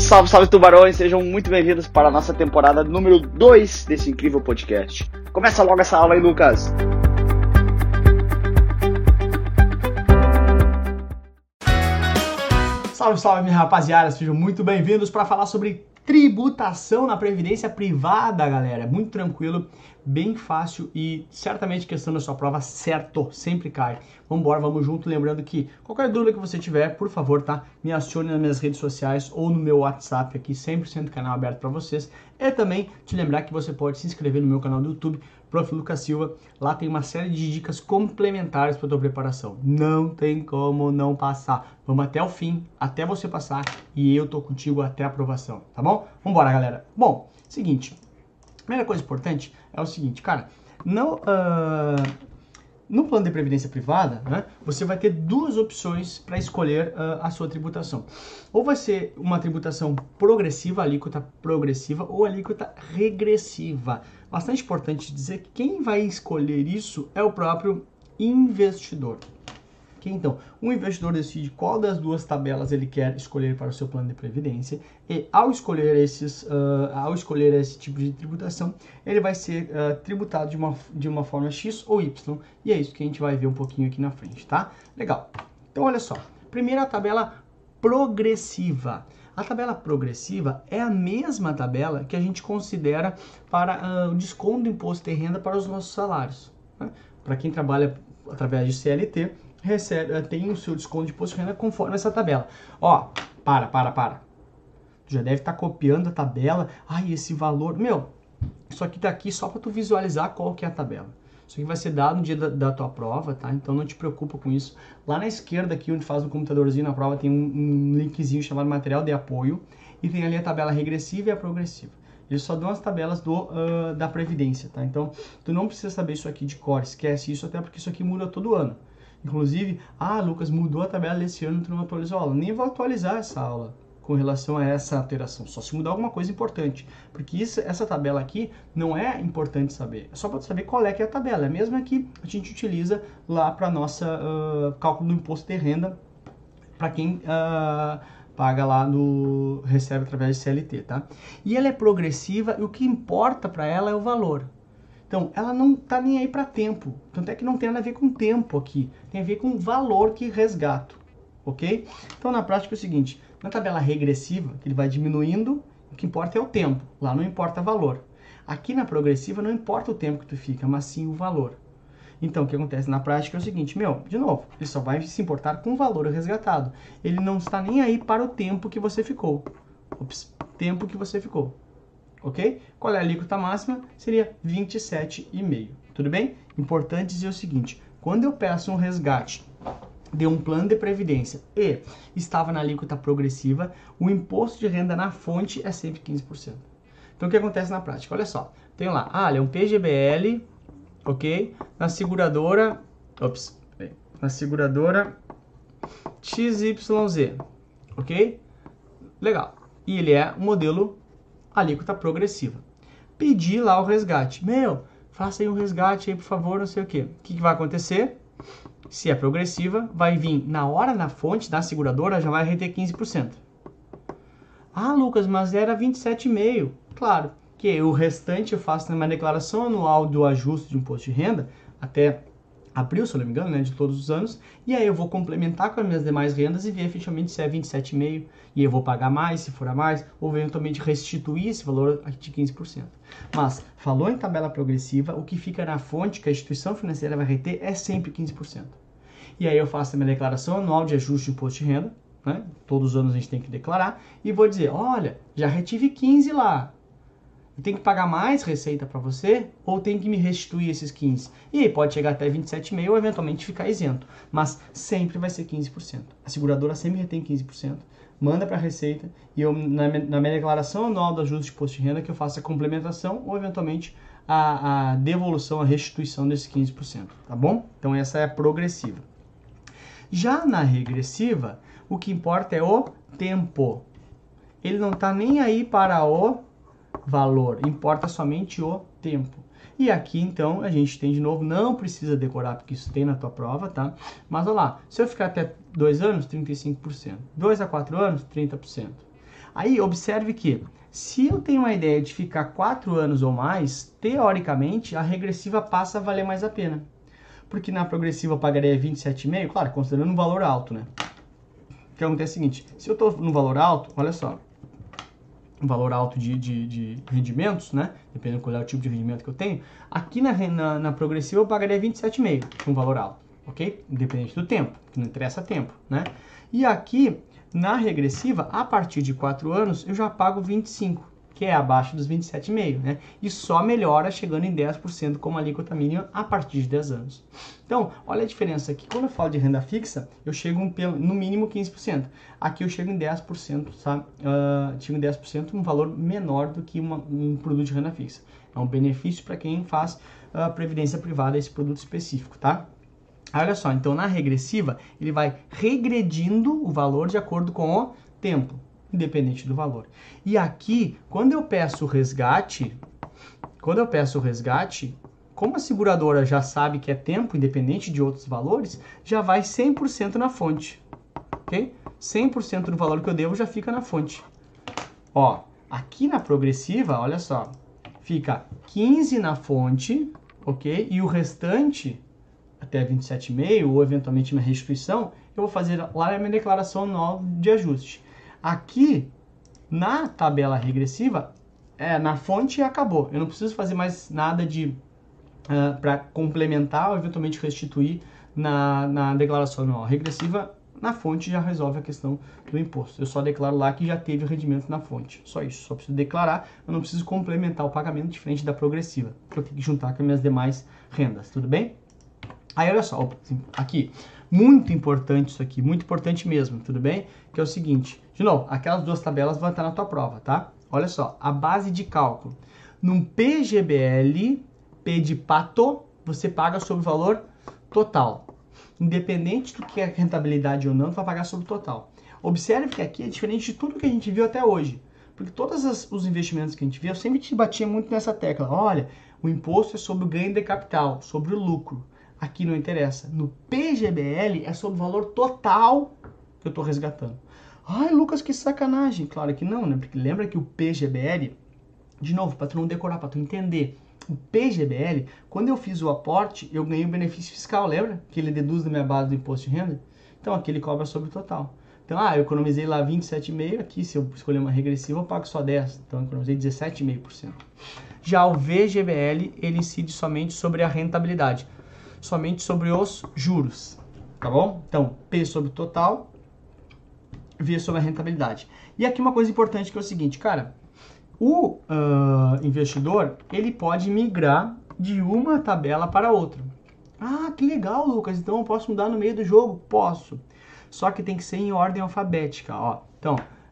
Salve, salve tubarões, sejam muito bem-vindos para a nossa temporada número 2 desse incrível podcast. Começa logo essa aula aí, Lucas. Salve, salve, minha rapaziada, sejam muito bem-vindos para falar sobre tributação na previdência privada, galera. É muito tranquilo, bem fácil e certamente questão da sua prova, certo, sempre cai. Vambora, vamos junto, lembrando que qualquer dúvida que você tiver, por favor, tá? Me acione nas minhas redes sociais ou no meu WhatsApp aqui, 100% canal aberto para vocês. E também te lembrar que você pode se inscrever no meu canal do YouTube, Prof. Lucas Silva. Lá tem uma série de dicas complementares para a tua preparação. Não tem como não passar. Vamos até o fim, até você passar e eu tô contigo até a aprovação, tá bom? Vambora, galera. Bom, seguinte, a primeira coisa importante é o seguinte, cara, no plano de previdência privada, né, você vai ter duas opções para escolher a sua tributação. Ou vai ser uma tributação progressiva, alíquota progressiva, ou alíquota regressiva. Bastante importante dizer que quem vai escolher isso é o próprio investidor. Então, o investidor decide qual das duas tabelas ele quer escolher para o seu plano de previdência e ao escolher esse tipo de tributação, ele vai ser tributado de uma forma X ou Y, e é isso que a gente vai ver um pouquinho aqui na frente, tá? Legal. Então, olha só. Primeiro, a tabela progressiva. A tabela progressiva é a mesma tabela que a gente considera para o desconto do imposto de renda para os nossos salários, né? Para quem trabalha através de CLT, tem o seu desconto de imposto de renda conforme essa tabela. Ó, para. Tu já deve estar copiando a tabela. Ai, esse valor... Meu, isso aqui tá aqui só para tu visualizar qual que é a tabela. Isso aqui vai ser dado no dia da tua prova, tá? Então não te preocupa com isso. Lá na esquerda aqui, onde faz um computadorzinho na prova, tem um linkzinho chamado material de apoio. E tem ali a tabela regressiva e a progressiva. Eles só dão as tabelas da Previdência, tá? Então, tu não precisa saber isso aqui de cor. Esquece isso, até porque isso aqui muda todo ano. Inclusive, Lucas, mudou a tabela desse ano, tu não atualizou a aula. Nem vou atualizar essa aula com relação a essa alteração, só se mudar alguma coisa importante. Porque essa tabela aqui não é importante saber, é só para saber qual é que é a tabela. É a mesma que a gente utiliza lá para nossa cálculo do imposto de renda, para quem paga lá recebe através de CLT, tá? E ela é progressiva e o que importa para ela é o valor. Então, ela não tá nem aí para tempo. Tanto é que não tem nada a ver com tempo aqui. Tem a ver com valor que resgato, ok? Então, na prática é o seguinte. Na tabela regressiva, que ele vai diminuindo, o que importa é o tempo. Lá não importa valor. Aqui na progressiva não importa o tempo que tu fica, mas sim o valor. Então, o que acontece na prática é o seguinte, de novo, ele só vai se importar com o valor resgatado. Ele não está nem aí para o tempo que você ficou. Tempo que você ficou. Ok? Qual é a alíquota máxima? Seria 27,5. Tudo bem? Importante dizer o seguinte, quando eu peço um resgate de um plano de previdência e estava na alíquota progressiva, o imposto de renda na fonte é sempre 15%. Então, o que acontece na prática? Olha só, tem lá, é um PGBL, ok? Na seguradora XYZ, ok? Legal. E ele é um modelo alíquota progressiva. Pedi lá o resgate. Faça aí um resgate aí, por favor, não sei o quê. O que vai acontecer? Se é progressiva, vai vir na hora na fonte da seguradora, já vai reter 15%. Lucas, mas era 27,5%. Claro, que o restante eu faço na minha declaração anual do ajuste de imposto de renda, até abril, se eu não me engano, né, de todos os anos, e aí eu vou complementar com as minhas demais rendas e ver efetivamente se é 27,5%, e eu vou pagar mais, se for a mais, ou eventualmente restituir esse valor de 15%. Mas, falou em tabela progressiva, o que fica na fonte que a instituição financeira vai reter é sempre 15%. E aí eu faço a minha declaração anual de ajuste de imposto de renda, né, todos os anos a gente tem que declarar, e vou dizer, olha, já retive 15 lá, eu tenho que pagar mais receita para você ou tem que me restituir esses 15%? E aí pode chegar até 27,5% ou eventualmente ficar isento. Mas sempre vai ser 15%. A seguradora sempre retém 15%, manda para a Receita e eu, na minha declaração anual do ajuste de imposto de renda, que eu faço a complementação ou eventualmente a devolução, a restituição desses 15%. Tá bom? Então essa é a progressiva. Já na regressiva, o que importa é o tempo. Ele não está nem aí para o valor, importa somente o tempo. E aqui, então, a gente tem de novo, não precisa decorar, porque isso tem na tua prova, tá? Mas, olha lá, se eu ficar até 2 anos, 35%. 2 a 4 anos, 30%. Aí, observe que, se eu tenho uma ideia de ficar 4 anos ou mais, teoricamente, a regressiva passa a valer mais a pena. Porque na progressiva eu pagaria 27,5, claro, considerando um valor alto, né? O que acontece é o seguinte, se eu estou no valor alto, olha só, um valor alto de rendimentos, né? Dependendo qual é o tipo de rendimento que eu tenho, aqui na progressiva eu pagaria 27,5, um valor alto, ok? Independente do tempo, que não interessa tempo, né? E aqui, na regressiva, a partir de 4 anos, eu já pago 25, que é abaixo dos 27,5, né? E só melhora chegando em 10% como alíquota mínima a partir de 10 anos. Então, olha a diferença aqui. Quando eu falo de renda fixa, eu chego no mínimo 15%. Aqui eu chego em 10%, sabe? Chego em 10%, um valor menor do que um produto de renda fixa. É um benefício para quem faz previdência privada, esse produto específico, tá? Olha só, então na regressiva, ele vai regredindo o valor de acordo com o tempo, independente do valor. E aqui, quando eu peço o resgate, como a seguradora já sabe que é tempo, independente de outros valores, já vai 100% na fonte, ok? 100% do valor que eu devo já fica na fonte. Ó, aqui na progressiva, olha só, fica 15 na fonte, ok? E o restante, até 27,5, ou eventualmente na restituição, eu vou fazer lá na minha declaração anual de ajuste. Aqui, na tabela regressiva, na fonte acabou. Eu não preciso fazer mais nada para complementar ou eventualmente restituir na declaração anual. Regressiva, na fonte já resolve a questão do imposto. Eu só declaro lá que já teve o rendimento na fonte. Só isso. Só preciso declarar, eu não preciso complementar o pagamento diferente da progressiva, que eu tenho que juntar com as minhas demais rendas. Tudo bem? Aí, olha só, aqui, muito importante isso aqui, muito importante mesmo, tudo bem? Que é o seguinte, de novo, aquelas duas tabelas vão estar na tua prova, tá? Olha só, a base de cálculo. Num PGBL, P de pato, você paga sobre o valor total. Independente do que é rentabilidade ou não, tu vai pagar sobre o total. Observe que aqui é diferente de tudo que a gente viu até hoje. Porque todos os investimentos que a gente viu, eu sempre te batia muito nessa tecla. Olha, o imposto é sobre o ganho de capital, sobre o lucro. Aqui não interessa. No PGBL é sobre o valor total que eu estou resgatando. Ai, Lucas, que sacanagem. Claro que não, né? Porque lembra que o PGBL, de novo, para tu não decorar, para tu entender, o PGBL, quando eu fiz o aporte, eu ganhei o benefício fiscal, lembra? Que ele deduz da minha base do imposto de renda. Então aqui ele cobra sobre o total. Então, eu economizei lá 27,5, aqui se eu escolher uma regressiva eu pago só 10, então eu economizei 17,5%. Já o VGBL, ele incide somente sobre a rentabilidade, somente sobre os juros, tá bom? Então, P sobre o total, V sobre a rentabilidade. E aqui uma coisa importante que é o seguinte, cara, o investidor, ele pode migrar de uma tabela para outra. Ah, que legal, Lucas, então eu posso mudar no meio do jogo? Posso. Só que tem que ser em ordem alfabética, ó. Então,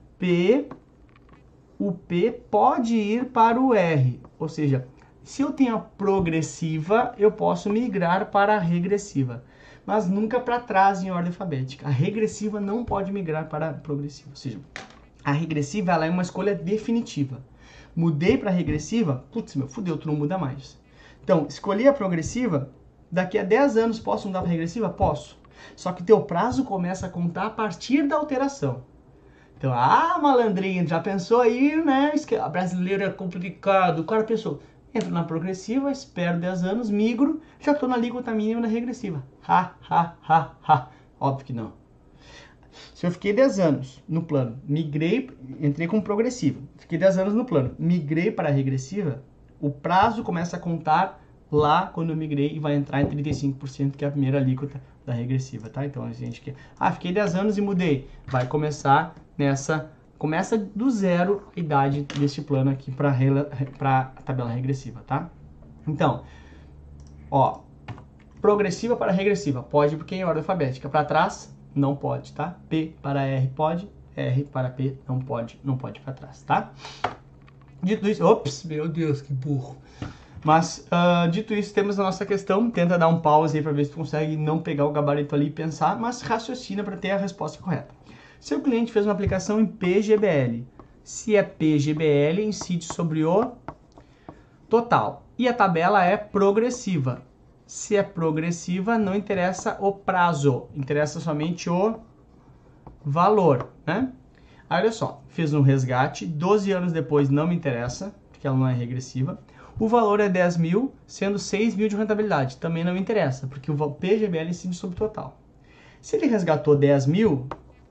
o P pode ir para o R, ou seja, se eu tenho a progressiva, eu posso migrar para a regressiva, mas nunca para trás em ordem alfabética. A regressiva não pode migrar para a progressiva, ou seja, a regressiva ela é uma escolha definitiva. Mudei para a regressiva, putz, fudeu, tu não muda mais. Então, escolhi a progressiva, daqui a 10 anos posso mudar para a regressiva? Posso. Só que teu prazo começa a contar a partir da alteração. Então, malandrinho, já pensou aí, né? A brasileira é complicado. O cara pensou, entro na progressiva, espero 10 anos, migro, já estou na alíquota mínima na regressiva. Óbvio que não. Se eu fiquei 10 anos no plano, entrei com progressiva, fiquei 10 anos no plano, migrei para a regressiva, o prazo começa a contar lá quando eu migrei e vai entrar em 35%, que é a primeira alíquota da regressiva, tá? Então a gente quer, fiquei 10 anos e mudei, vai começar começa do zero a idade deste plano aqui para a tabela regressiva, tá? Então, ó, progressiva para regressiva, pode porque é em ordem alfabética, para trás não pode, tá? P para R pode, R para P não pode para trás, tá? Dito isso, ops, meu Deus, que burro. Mas, dito isso, temos a nossa questão. Tenta dar um pause aí para ver se tu consegue não pegar o gabarito ali e pensar, mas raciocina para ter a resposta correta. Seu cliente fez uma aplicação em PGBL. Se é PGBL, incide sobre o total. E a tabela é progressiva. Se é progressiva, não interessa o prazo, interessa somente o valor, né? Aí olha só, fez um resgate, 12 anos depois não me interessa, porque ela não é regressiva. O valor é 10 mil, sendo 6 mil de rentabilidade. Também não me interessa, porque o PGBL incide sobre o total. Se ele resgatou 10 mil,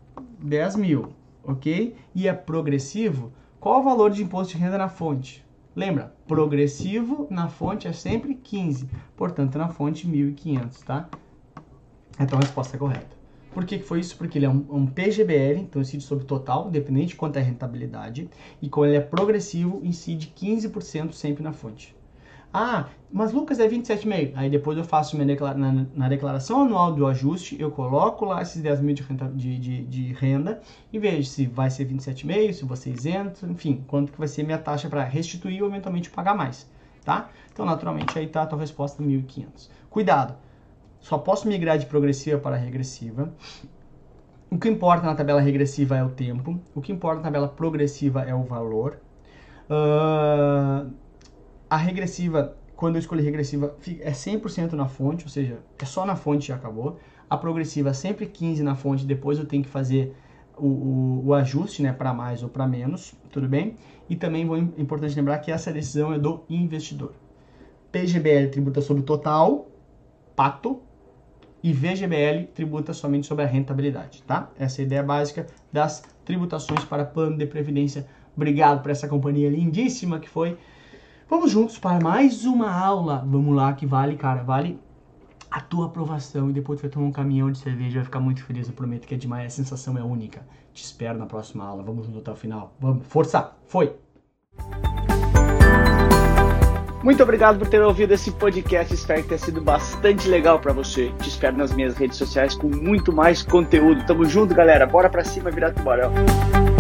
ok? E é progressivo, qual o valor de imposto de renda na fonte? Lembra, progressivo na fonte é sempre 15, portanto na fonte 1.500, tá? Então a resposta é correta. Por que foi isso? Porque ele é um PGBL, então incide sobre o total, independente de quanto é a rentabilidade, e quando ele é progressivo, incide 15% sempre na fonte. Ah, mas Lucas é 27,5. Aí depois eu faço na declaração anual do ajuste, eu coloco lá esses 10 mil de renda e vejo se vai ser 27,5, se vou ser isento, enfim, quanto que vai ser minha taxa para restituir ou eventualmente pagar mais, tá? Então, naturalmente, aí tá a tua resposta 1.500. Cuidado, só posso migrar de progressiva para regressiva. O que importa na tabela regressiva é o tempo, o que importa na tabela progressiva é o valor. A regressiva, quando eu escolhi regressiva, é 100% na fonte, ou seja, é só na fonte e acabou. A progressiva é sempre 15 na fonte, depois eu tenho que fazer o ajuste, né, para mais ou para menos, tudo bem? E também é importante lembrar que essa decisão é do investidor. PGBL tributa sobre o total, pato, e VGBL tributa somente sobre a rentabilidade, tá? Essa é a ideia básica das tributações para plano de previdência. Obrigado por essa companhia lindíssima que foi. Vamos juntos para mais uma aula. Vamos lá, que vale, cara, vale a tua aprovação. E depois tu vai tomar um caminhão de cerveja, vai ficar muito feliz, eu prometo que é demais. A sensação é única. Te espero na próxima aula. Vamos juntos até o final. Vamos, força! Foi! Muito obrigado por ter ouvido esse podcast. Espero que tenha sido bastante legal para você. Te espero nas minhas redes sociais com muito mais conteúdo. Tamo junto, galera. Bora pra cima, virar tubarão.